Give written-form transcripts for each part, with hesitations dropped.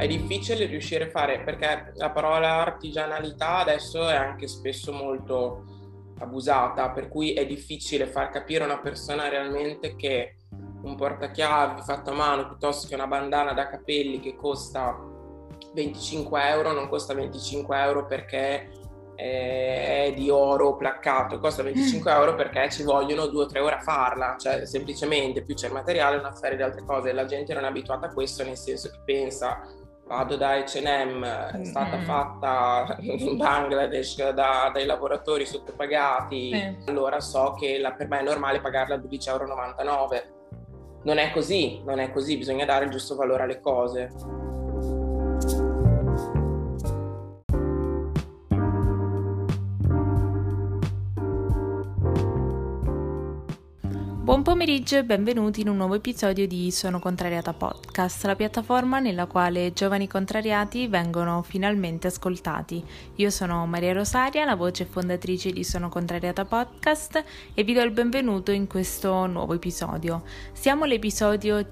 è difficile riuscire a fare, perché la parola artigianalità adesso è anche spesso molto abusata, per cui è difficile far capire a una persona realmente che un portachiavi fatto a mano piuttosto che una bandana da capelli che costa 25 euro non costa 25 euro perché è di oro placcato, costa 25 euro perché ci vogliono 2 o 3 ore a farla, cioè semplicemente più c'è il materiale, una serie di altre cose, la gente non è abituata a questo, nel senso che pensa vado da H&M, è stata fatta in Bangladesh dai lavoratori sottopagati, allora so che per me è normale pagarla a 12,99 €. Non è così, bisogna dare il giusto valore alle cose. Buon pomeriggio e benvenuti in un nuovo episodio di Sono Contrariata Podcast, la piattaforma nella quale giovani contrariati vengono finalmente ascoltati. Io sono Maria Rosaria, la voce fondatrice di Sono Contrariata Podcast e vi do il benvenuto in questo nuovo episodio. Siamo all'episodio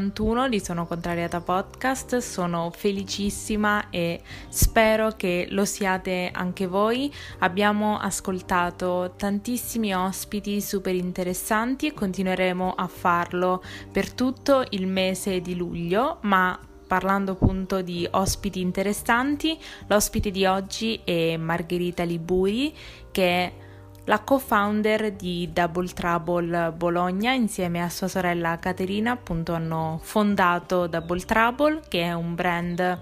51 di Sono Contrariata Podcast, sono felicissima e spero che lo siate anche voi. Abbiamo ascoltato tantissimi ospiti super interessanti e continueremo a farlo per tutto il mese di luglio, ma parlando appunto di ospiti interessanti, l'ospite di oggi è Margherita Liburi, che è la co-founder di Double Trouble Bologna. Insieme a sua sorella Caterina appunto hanno fondato Double Trouble, che è un brand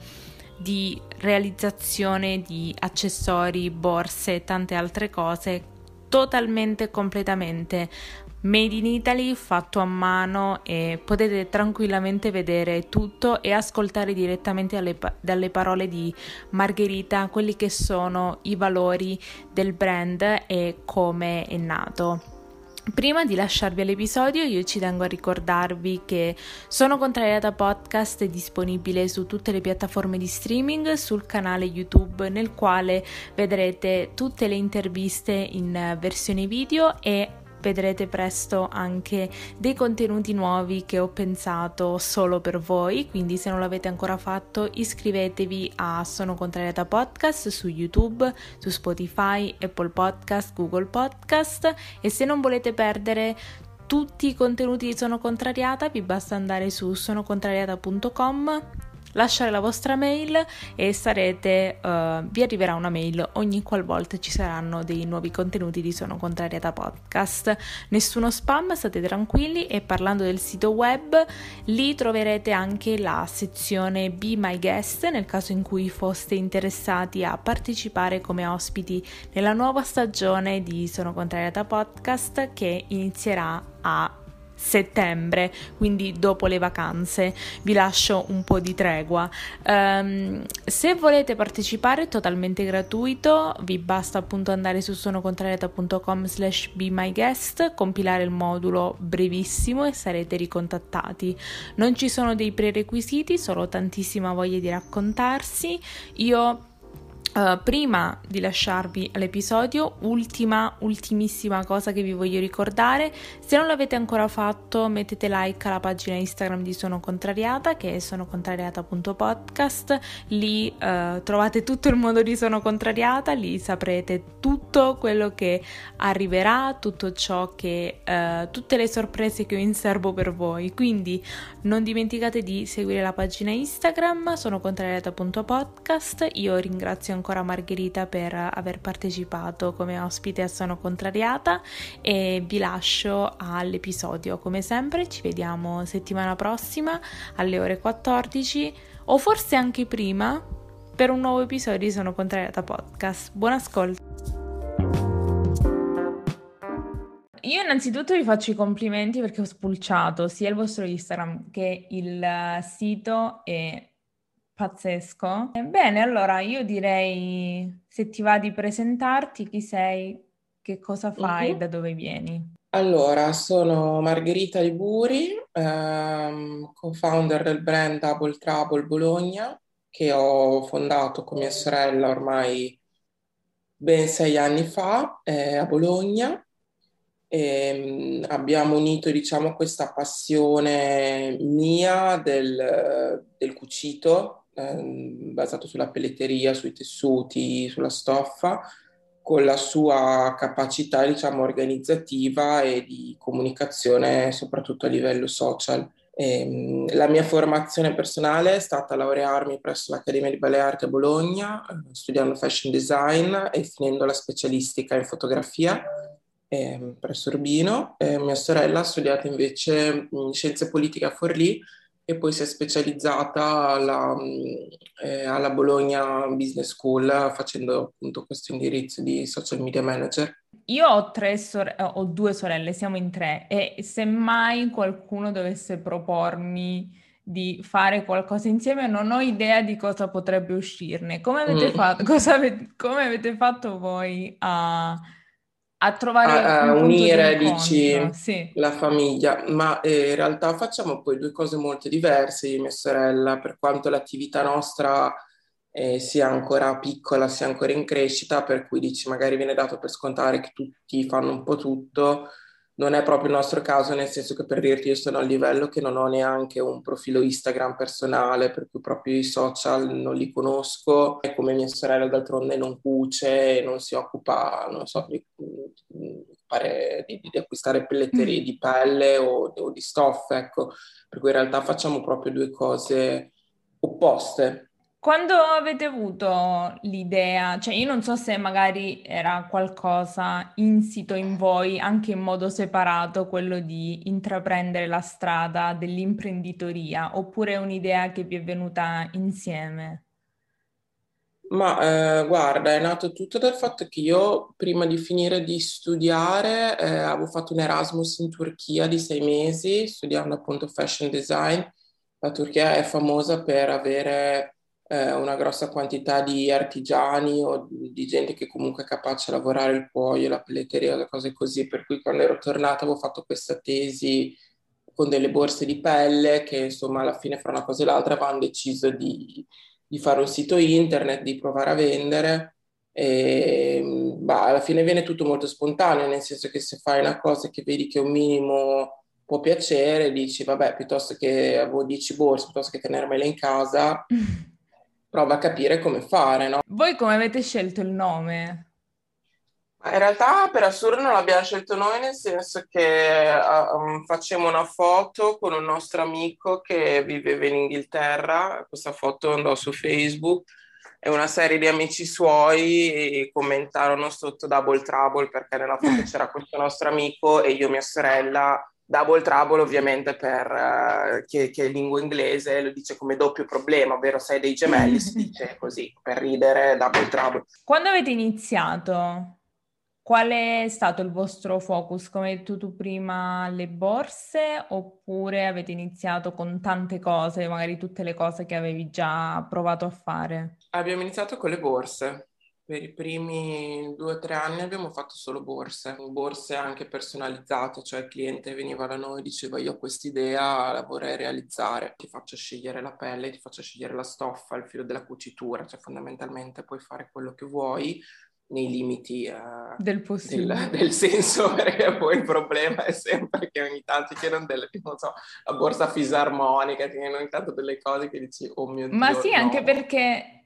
di realizzazione di accessori, borse e tante altre cose totalmente, completamente made in Italy, fatto a mano, e potete tranquillamente vedere tutto e ascoltare direttamente dalle parole di Margherita quelli che sono i valori del brand e come è nato. Prima di lasciarvi all'episodio, io ci tengo a ricordarvi che Sono Contrariata Podcast è disponibile su tutte le piattaforme di streaming, sul canale YouTube, nel quale vedrete tutte le interviste in versione video e vedrete presto anche dei contenuti nuovi che ho pensato solo per voi, quindi se non l'avete ancora fatto iscrivetevi a Sono Contrariata Podcast su YouTube, su Spotify, Apple Podcast, Google Podcast, e se non volete perdere tutti i contenuti di Sono Contrariata vi basta andare su sonocontrariata.com, lasciare la vostra mail e vi arriverà una mail ogni qualvolta ci saranno dei nuovi contenuti di Sono Contrariata Podcast. Nessuno spam, state tranquilli. E parlando del sito web, lì troverete anche la sezione Be My Guest nel caso in cui foste interessati a partecipare come ospiti nella nuova stagione di Sono Contrariata Podcast, che inizierà a settembre, quindi dopo le vacanze. Vi lascio un po' di tregua. Se volete partecipare è totalmente gratuito, vi basta appunto andare su sonocontrariata.com/bemyguest, compilare il modulo brevissimo e sarete ricontattati. Non ci sono dei prerequisiti, solo tantissima voglia di raccontarsi. Io prima di lasciarvi all'episodio, ultimissima cosa che vi voglio ricordare: se non l'avete ancora fatto, mettete like alla pagina Instagram di Sono Contrariata, che è sonocontrariata.podcast. Lì trovate tutto il mondo di Sono Contrariata, lì saprete tutto quello che arriverà, tutto ciò che tutte le sorprese che ho in serbo per voi, quindi non dimenticate di seguire la pagina Instagram sonocontrariata.podcast. Io ringrazio ancora Margherita per aver partecipato come ospite a Sono Contrariata e vi lascio all'episodio. Come sempre ci vediamo settimana prossima alle ore 14 o forse anche prima per un nuovo episodio di Sono Contrariata Podcast. Buon ascolto. Io innanzitutto vi faccio i complimenti perché ho spulciato sia il vostro Instagram che il sito, è pazzesco. Bene, allora io direi, se ti va di presentarti, chi sei, che cosa fai, da dove vieni? Allora, sono Margherita Liburi, co-founder del brand Double Trouble Bologna, che ho fondato con mia sorella ormai ben 6 anni fa, a Bologna. Abbiamo unito, diciamo, questa passione mia del cucito basato sulla pelletteria, sui tessuti, sulla stoffa, con la sua capacità, diciamo, organizzativa e di comunicazione, soprattutto a livello social. La mia formazione personale è stata laurearmi presso l'Accademia di Belle Arti a Bologna, studiando fashion design e finendo la specialistica in fotografia presso Urbino. Mia sorella ha studiato invece scienze politiche a Forlì e poi si è specializzata alla Bologna Business School facendo appunto questo indirizzo di social media manager. Io ho ho due sorelle, siamo in tre e se mai qualcuno dovesse propormi di fare qualcosa insieme, non ho idea di cosa potrebbe uscirne. Come avete Mm. fatto, come avete fatto voi a trovare A un punto di unire, incontro? dici, Sì. la famiglia, ma in realtà facciamo poi due cose molto diverse io e mia sorella, per quanto l'attività nostra sia ancora piccola, sia ancora in crescita, per cui dici magari viene dato per scontare che tutti fanno un po' tutto, non è proprio il nostro caso, nel senso che per dirti io sono al livello che non ho neanche un profilo Instagram personale, per cui proprio i social non li conosco, e come mia sorella d'altronde non cuce, non si occupa, non so, di acquistare pelletterie di pelle o di stoffa, ecco, per cui in realtà facciamo proprio due cose opposte. Quando avete avuto l'idea, cioè io non so se magari era qualcosa insito in voi anche in modo separato, quello di intraprendere la strada dell'imprenditoria, oppure è un'idea che vi è venuta insieme? Ma guarda, è nato tutto dal fatto che io prima di finire di studiare avevo fatto un Erasmus in Turchia di 6 mesi, studiando appunto fashion design. La Turchia è famosa per avere una grossa quantità di artigiani o di gente che comunque è capace a lavorare il cuoio, la pelletteria, le cose così. Per cui quando ero tornata avevo fatto questa tesi con delle borse di pelle che insomma alla fine fra una cosa e l'altra avevano deciso di fare un sito internet, di provare a vendere. E, bah, alla fine viene tutto molto spontaneo, nel senso che se fai una cosa che vedi che un minimo può piacere, dici vabbè, piuttosto che avevo 10 borse, piuttosto che tenermele in casa, prova a capire come fare, no? Voi come avete scelto il nome? Ma in realtà per assurdo non l'abbiamo scelto noi, nel senso che facemmo una foto con un nostro amico che viveva in Inghilterra, questa foto andò su Facebook e una serie di amici suoi commentarono sotto Double Trouble perché nella foto c'era questo nostro amico e io e mia sorella. Double Trouble ovviamente che è lingua inglese lo dice come doppio problema, ovvero sei dei gemelli, si dice così, per ridere, Double Trouble. Quando avete iniziato, qual è stato il vostro focus? Come hai detto tu prima, le borse oppure avete iniziato con tante cose, magari tutte le cose che avevi già provato a fare? Abbiamo iniziato con le borse. Per i primi 2 o 3 anni abbiamo fatto solo borse, borse anche personalizzate, cioè il cliente veniva da noi e diceva io ho quest'idea, la vorrei realizzare, ti faccio scegliere la pelle, ti faccio scegliere la stoffa, il filo della cucitura, cioè fondamentalmente puoi fare quello che vuoi nei limiti Del del, possibile. del senso, perché poi il problema è sempre che ogni tanto ti chiedono delle, non so, la borsa fisarmonica, ti chiedono ogni tanto delle cose che dici oh mio Ma Dio, sì, anche no. perché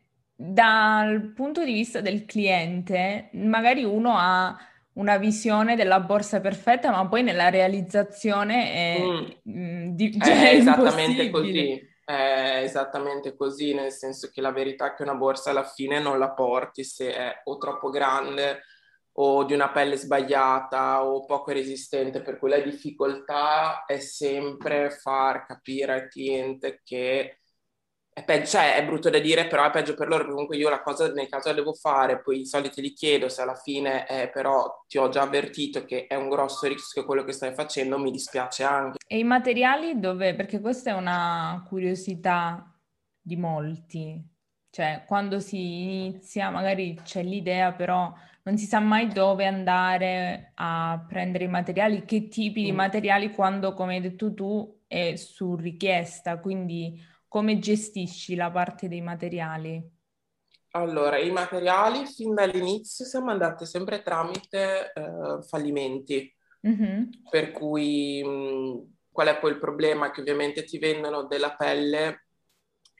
dal punto di vista del cliente, magari uno ha una visione della borsa perfetta, ma poi nella realizzazione è, Mm. cioè, è È esattamente impossibile. così, è esattamente così, nel senso che la verità è che una borsa alla fine non la porti se è o troppo grande o di una pelle sbagliata o poco resistente, per cui la difficoltà è sempre far capire al cliente che è peggio, cioè è brutto da dire, però è peggio per loro, perché comunque io la cosa nel caso la devo fare, poi i soldi te li chiedo, se alla fine però ti ho già avvertito che è un grosso rischio quello che stai facendo, mi dispiace anche. E i materiali dove? Perché questa è una curiosità di molti. Cioè, quando si inizia, magari c'è l'idea, però non si sa mai dove andare a prendere i materiali, che tipi di Mm. materiali, quando, come hai detto tu, è su richiesta. Quindi, come gestisci la parte dei materiali? Allora, i materiali fin dall'inizio siamo andati sempre tramite fallimenti, Mhm. per cui qual è poi il problema? Che ovviamente ti vendono della pelle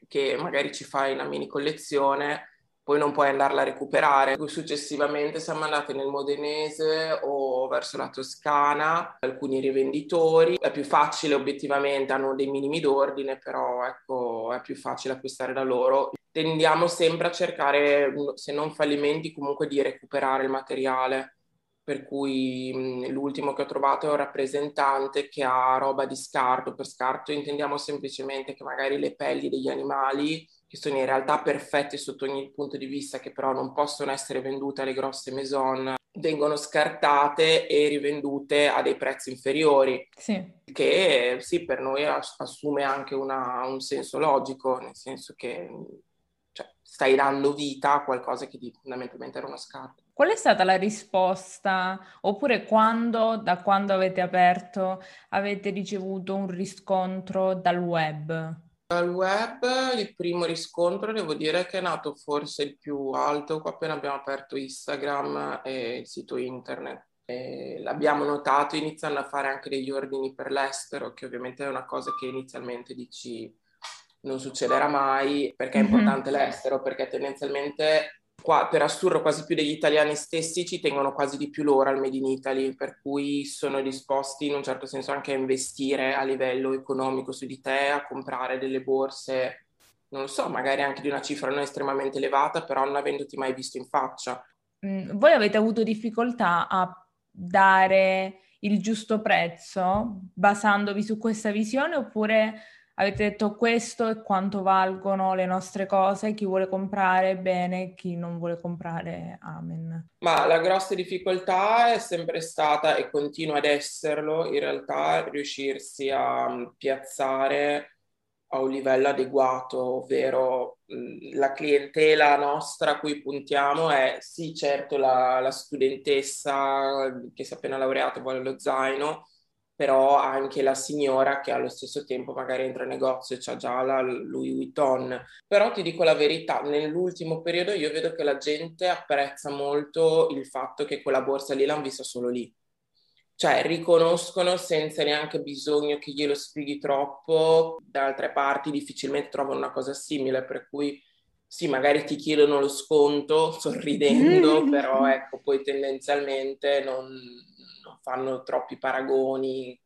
che magari ci fai una mini collezione, poi non puoi andarla a recuperare. Poi successivamente siamo andati nel Modenese o verso la Toscana, alcuni rivenditori. È più facile obiettivamente, hanno dei minimi d'ordine, però ecco, è più facile acquistare da loro. Tendiamo sempre a cercare, se non fallimenti, comunque di recuperare il materiale. Per cui l'ultimo che ho trovato è un rappresentante che ha roba di scarto. Per scarto intendiamo semplicemente che magari le pelli degli animali, che sono in realtà perfette sotto ogni punto di vista, che però non possono essere vendute alle grosse maison, vengono scartate e rivendute a dei prezzi inferiori. Sì. Che sì, per noi assume anche un senso logico, nel senso che cioè, stai dando vita a qualcosa che fondamentalmente era uno scarto. Qual è stata la risposta? Oppure da quando avete aperto, avete ricevuto un riscontro dal web? Dal web il primo riscontro devo dire che è nato forse il più alto appena abbiamo aperto Instagram e il sito internet. E l'abbiamo notato iniziando a fare anche degli ordini per l'estero, che ovviamente è una cosa che inizialmente dici non succederà mai, perché è importante l'estero, perché tendenzialmente qua per assurdo quasi più degli italiani stessi ci tengono quasi di più loro al Made in Italy, per cui sono disposti in un certo senso anche a investire a livello economico su di te, a comprare delle borse, non lo so, magari anche di una cifra non estremamente elevata, però non avendoti mai visto in faccia. Voi avete avuto difficoltà a dare il giusto prezzo basandovi su questa visione oppure avete detto questo è quanto valgono le nostre cose, chi vuole comprare bene, chi non vuole comprare amen. Ma la grossa difficoltà è sempre stata e continua ad esserlo, in realtà, riuscirsi a piazzare a un livello adeguato, ovvero la clientela nostra a cui puntiamo è sì, certo, la studentessa che si è appena laureata e vuole lo zaino, però anche la signora che allo stesso tempo magari entra in negozio e c'ha già la Louis Vuitton. Però ti dico la verità, nell'ultimo periodo io vedo che la gente apprezza molto il fatto che quella borsa lì l'hanno vista solo lì. Cioè, riconoscono senza neanche bisogno che glielo spieghi troppo. Da altre parti difficilmente trovano una cosa simile, per cui sì, magari ti chiedono lo sconto sorridendo, però ecco, poi tendenzialmente non fanno troppi paragoni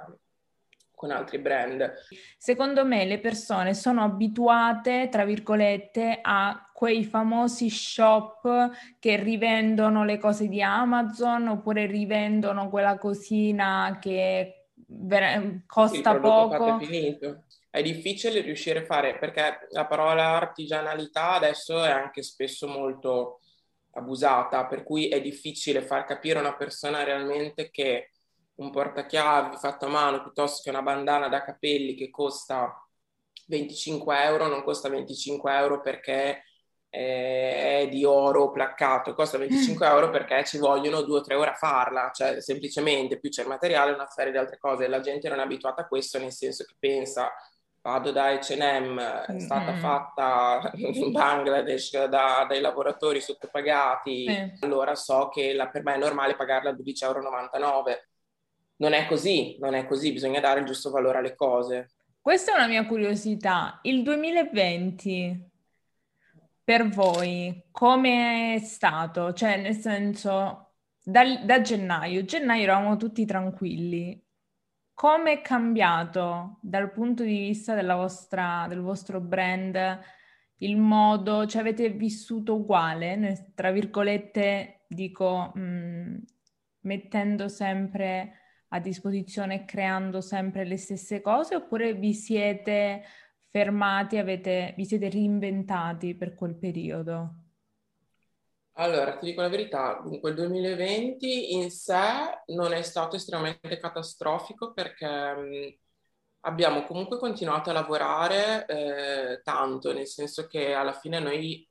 con altri brand. Secondo me le persone sono abituate, tra virgolette, a quei famosi shop che rivendono le cose di Amazon oppure rivendono quella cosina che Sì, il costa prodotto fatto poco. e finito. È difficile riuscire a fare perché la parola artigianalità adesso è anche spesso molto abusata, per cui è difficile far capire a una persona realmente che un portachiavi fatto a mano piuttosto che una bandana da capelli che costa 25 euro non costa 25 euro perché è di oro placcato, costa 25 euro perché ci vogliono 2 o 3 ore a farla, cioè semplicemente più c'è il materiale, una serie di altre cose. La gente non è abituata a questo, nel senso che pensa, vado da H&M, è stata fatta in Bangladesh dai lavoratori sottopagati, Sì. allora so che per me è normale pagarla a 12,99 €. Non è così, non è così, bisogna dare il giusto valore alle cose. Questa è una mia curiosità. Il 2020 per voi come è stato? Cioè, nel senso, da gennaio eravamo tutti tranquilli. Come è cambiato dal punto di vista del vostro brand il modo, cioè avete vissuto uguale, tra virgolette, dico, mettendo sempre a disposizione e creando sempre le stesse cose, oppure vi siete fermati, vi siete reinventati per quel periodo? Allora, ti dico la verità, dunque il 2020 in sé non è stato estremamente catastrofico perché abbiamo comunque continuato a lavorare tanto, nel senso che alla fine noi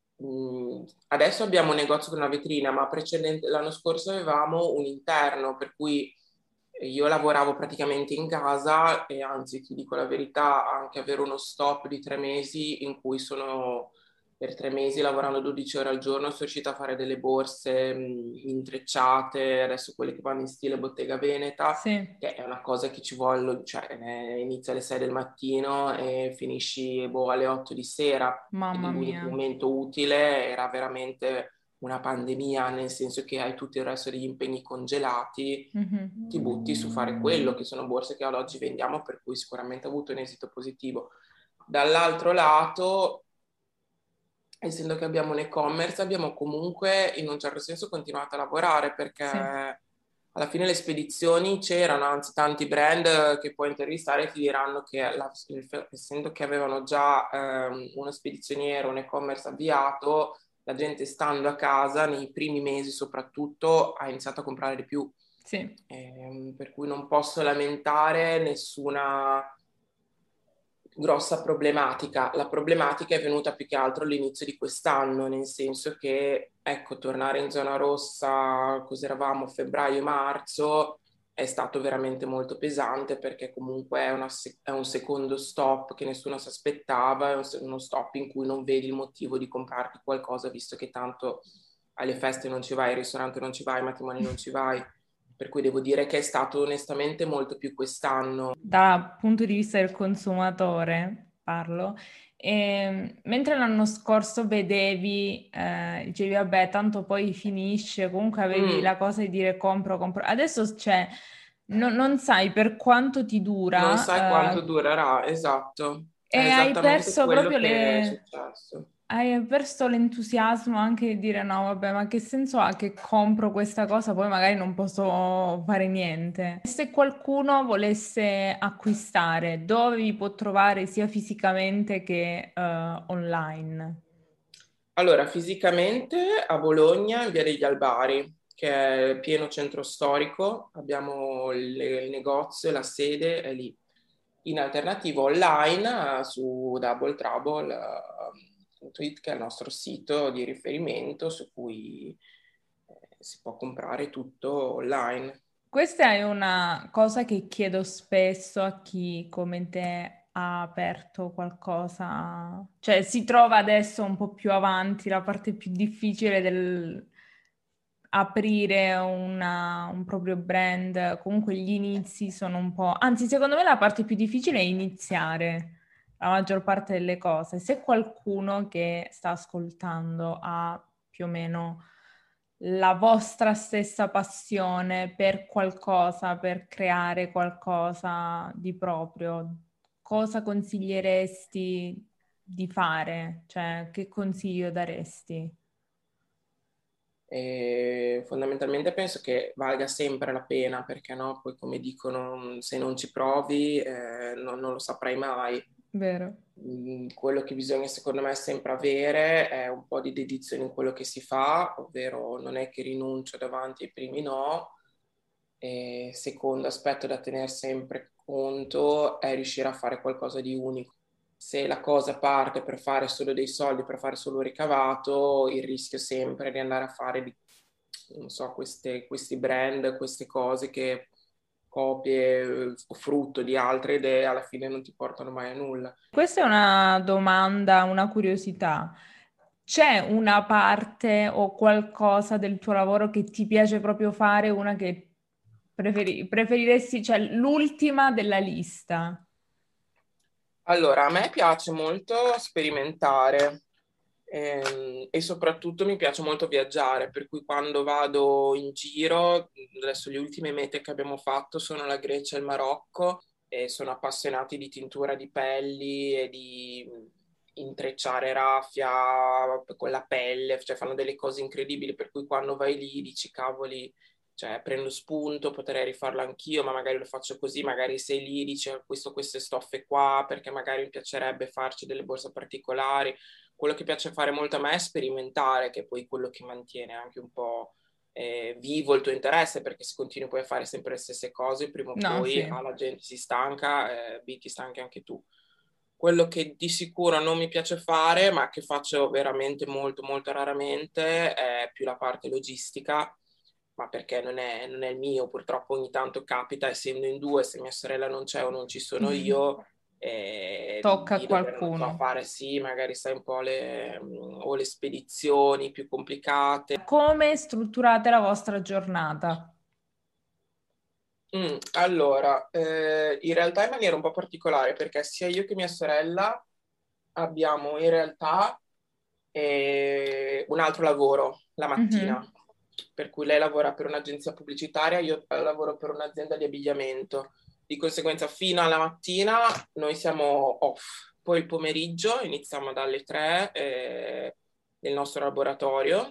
adesso abbiamo un negozio con una vetrina, ma l'anno scorso avevamo un interno, per cui io lavoravo praticamente in casa e anzi ti dico la verità, anche avere uno stop di 3 mesi in cui sono per 3 mesi lavorando 12 ore al giorno sono riuscita a fare delle borse intrecciate, adesso quelle che vanno in stile Bottega Veneta, Sì, che è una cosa che ci vuole, cioè inizia alle 6 del mattino e finisci boh, alle 8 di sera, quindi mamma l'unico mia. momento utile era veramente una pandemia, nel senso che hai tutto il resto degli impegni congelati, ti Mhm. butti su fare quello, che sono borse che ad oggi vendiamo, per cui sicuramente ha avuto un esito positivo. Dall'altro lato, essendo che abbiamo un e-commerce, abbiamo comunque in un certo senso continuato a lavorare perché Sì, alla fine le spedizioni c'erano, anzi tanti brand che puoi intervistare ti diranno che essendo che avevano già uno spedizioniero, un e-commerce avviato, la gente stando a casa nei primi mesi soprattutto ha iniziato a comprare di più. sì. Per cui non posso lamentare nessuna grossa problematica. La problematica è venuta più che altro all'inizio di quest'anno, nel senso che, ecco, tornare in zona rossa, cos'eravamo, febbraio-marzo, è stato veramente molto pesante perché comunque è un secondo stop che nessuno si aspettava, è uno stop in cui non vedi il motivo di comprarti qualcosa, visto che tanto alle feste non ci vai, al ristorante non ci vai, ai matrimoni non ci vai. Per cui devo dire che è stato onestamente molto più quest'anno. Dal punto di vista del consumatore, parlo, mentre l'anno scorso vedevi, dicevi vabbè, tanto poi finisce, comunque avevi Mm. la cosa di dire compro, compro. Adesso c'è, non sai per quanto ti Non dura, sai quanto durerà, esatto. È e hai esattamente perso quello proprio che è successo. hai perso l'entusiasmo anche di dire no, vabbè, ma che senso ha che compro questa cosa, poi magari non posso fare niente. Se qualcuno volesse acquistare, dove vi può trovare sia fisicamente che online? Allora, fisicamente a Bologna, in Via degli Albari, che è pieno centro storico, abbiamo il negozio, la sede è lì. In alternativa online su doubletrouble.it, che è il nostro sito di riferimento su cui si può comprare tutto online. Questa è una cosa che chiedo spesso a chi come te ha aperto qualcosa, cioè si trova adesso un po' più avanti, la parte più difficile del aprire un proprio brand, comunque gli inizi sono un po', anzi secondo me la parte più difficile è iniziare la maggior parte delle cose. Se qualcuno che sta ascoltando ha più o meno la vostra stessa passione per qualcosa, per creare qualcosa di proprio, cosa consiglieresti di fare? Cioè, che consiglio daresti? E fondamentalmente penso che valga sempre la pena, perché no, poi come dicono, se non ci provi, non lo saprai mai. Vero? Quello che bisogna secondo me sempre avere è un po' di dedizione in quello che si fa, ovvero non è che rinuncio davanti ai primi no. E secondo aspetto da tenere sempre conto è riuscire a fare qualcosa di unico. Se la cosa parte per fare solo dei soldi, per fare solo ricavato, il rischio sempre di andare a fare, non so, questi brand, queste cose che copie o frutto di altre idee alla fine non ti portano mai a nulla. Questa è una domanda, una curiosità. C'è una parte o qualcosa del tuo lavoro che ti piace proprio fare, una che preferiresti, cioè l'ultima della lista? Allora, a me piace molto sperimentare e soprattutto mi piace molto viaggiare, per cui quando vado in giro, adesso le ultime mete che abbiamo fatto sono la Grecia e il Marocco e sono appassionati di tintura di pelli e di intrecciare raffia con la pelle, cioè fanno delle cose incredibili, per cui quando vai lì dici cavoli, cioè prendo spunto, potrei rifarlo anch'io, ma magari lo faccio così, magari sei lì, dici acquisto queste stoffe qua perché magari mi piacerebbe farci delle borse particolari. Quello che piace fare molto a me è sperimentare, che è poi quello che mantiene anche un po' vivo il tuo interesse, perché se continui poi a fare sempre le stesse cose, prima o No, poi sì. la gente si stanca, B ti stanchi anche tu. Quello che di sicuro non mi piace fare, ma che faccio veramente molto, molto raramente, è più la parte logistica, ma perché non è il mio, purtroppo ogni tanto capita, essendo in due, se mia sorella non c'è o non ci sono io, Tocca a di dover, non so, qualcuno. fare sì, magari sai un po' o le spedizioni più complicate. Come strutturate la vostra giornata? Allora, in realtà in maniera un po' particolare, perché sia io che mia sorella abbiamo in realtà un altro lavoro la mattina, Mhm. per cui lei lavora per un'agenzia pubblicitaria, io lavoro per un'azienda di abbigliamento. Di conseguenza, fino alla mattina noi siamo off. Poi il pomeriggio iniziamo dalle 3 nel nostro laboratorio.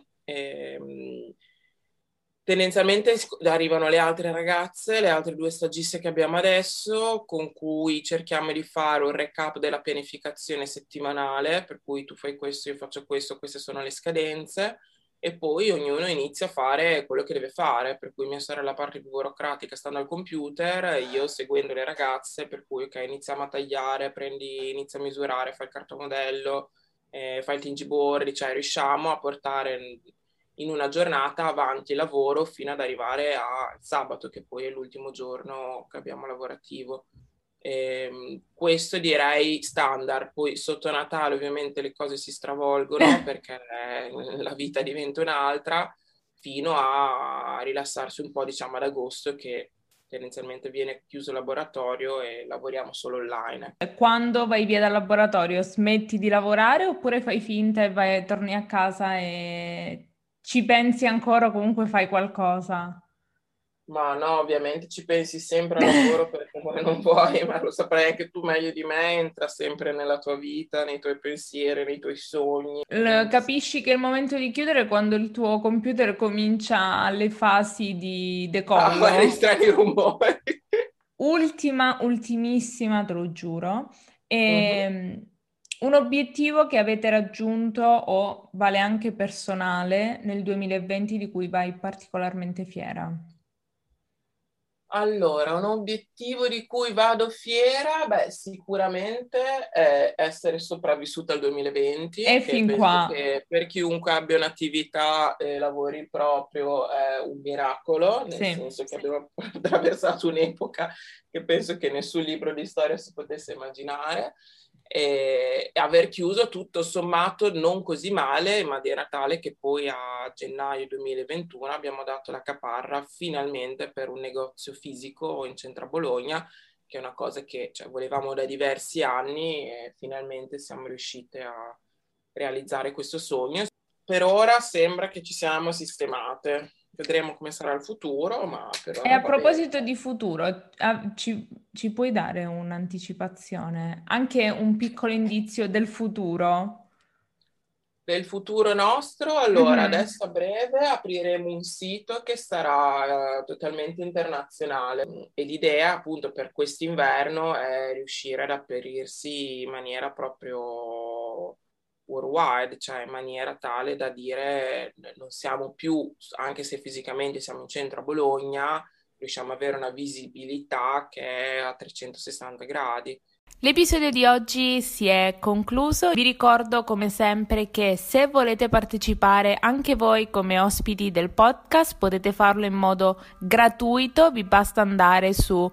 Tendenzialmente arrivano le altre ragazze, le altre due stagiste che abbiamo adesso, con cui cerchiamo di fare un recap della pianificazione settimanale, per cui tu fai questo, io faccio questo, queste sono le scadenze, e poi ognuno inizia a fare quello che deve fare, per cui mia sorella la parte più burocratica stando al computer, io seguendo le ragazze, per cui ok, iniziamo a tagliare, inizia a misurare, fai il cartomodello, fai il tingiboard, cioè riusciamo a portare in una giornata avanti il lavoro fino ad arrivare al sabato, che poi è l'ultimo giorno che abbiamo lavorativo. Questo direi standard, poi sotto Natale ovviamente le cose si stravolgono perché la vita diventa un'altra, fino a rilassarsi un po', diciamo, ad agosto, che tendenzialmente viene chiuso il laboratorio e lavoriamo solo online. Quando vai via dal laboratorio, smetti di lavorare oppure fai finta e torni a casa e ci pensi ancora o comunque fai qualcosa? Ma no, ovviamente ci pensi sempre al lavoro perché poi non puoi, ma lo saprai anche tu meglio di me, entra sempre nella tua vita, nei tuoi pensieri, nei tuoi sogni. Capisci che è il momento di chiudere è quando il tuo computer comincia le fasi di A fare decollo. strani rumori. Ultimissima, te lo giuro. Mhm. Un obiettivo che avete raggiunto o vale anche personale nel 2020 di cui vai particolarmente fiera? Allora, un obiettivo di cui vado fiera, beh, sicuramente è essere sopravvissuta al E 2020, che fin qua, penso che per chiunque abbia un'attività e lavori proprio è un miracolo, nel sì. senso che abbiamo attraversato un'epoca che penso che nessun libro di storia si potesse immaginare. E aver chiuso tutto sommato non così male, in maniera tale che poi a gennaio 2021 abbiamo dato la caparra finalmente per un negozio fisico in centro a Bologna, che è una cosa che cioè, volevamo da diversi anni e finalmente siamo riuscite a realizzare questo sogno. Per ora sembra che ci siamo sistemate. Vedremo come sarà il futuro, ma per E ora a va bene. proposito di futuro, ci puoi dare un'anticipazione, anche un piccolo indizio del futuro? Del futuro nostro, allora Mhm. adesso a breve apriremo un sito che sarà totalmente internazionale e l'idea appunto per quest'inverno è riuscire ad aprirsi in maniera proprio worldwide, cioè in maniera tale da dire non siamo più, anche se fisicamente siamo in centro a Bologna, riusciamo ad avere una visibilità che è a 360 gradi. L'episodio di oggi si è concluso. Vi ricordo come sempre che se volete partecipare anche voi come ospiti del podcast potete farlo in modo gratuito, vi basta andare su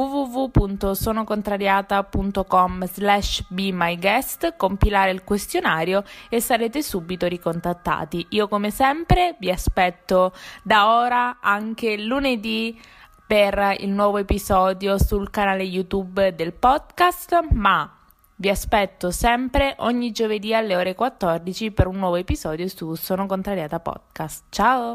www.sonocontrariata.com/be-my-guest, compilare il questionario e sarete subito ricontattati. Io come sempre vi aspetto da ora anche lunedì per il nuovo episodio sul canale YouTube del podcast, ma vi aspetto sempre ogni giovedì alle ore 14 per un nuovo episodio su Sono Contrariata Podcast. Ciao!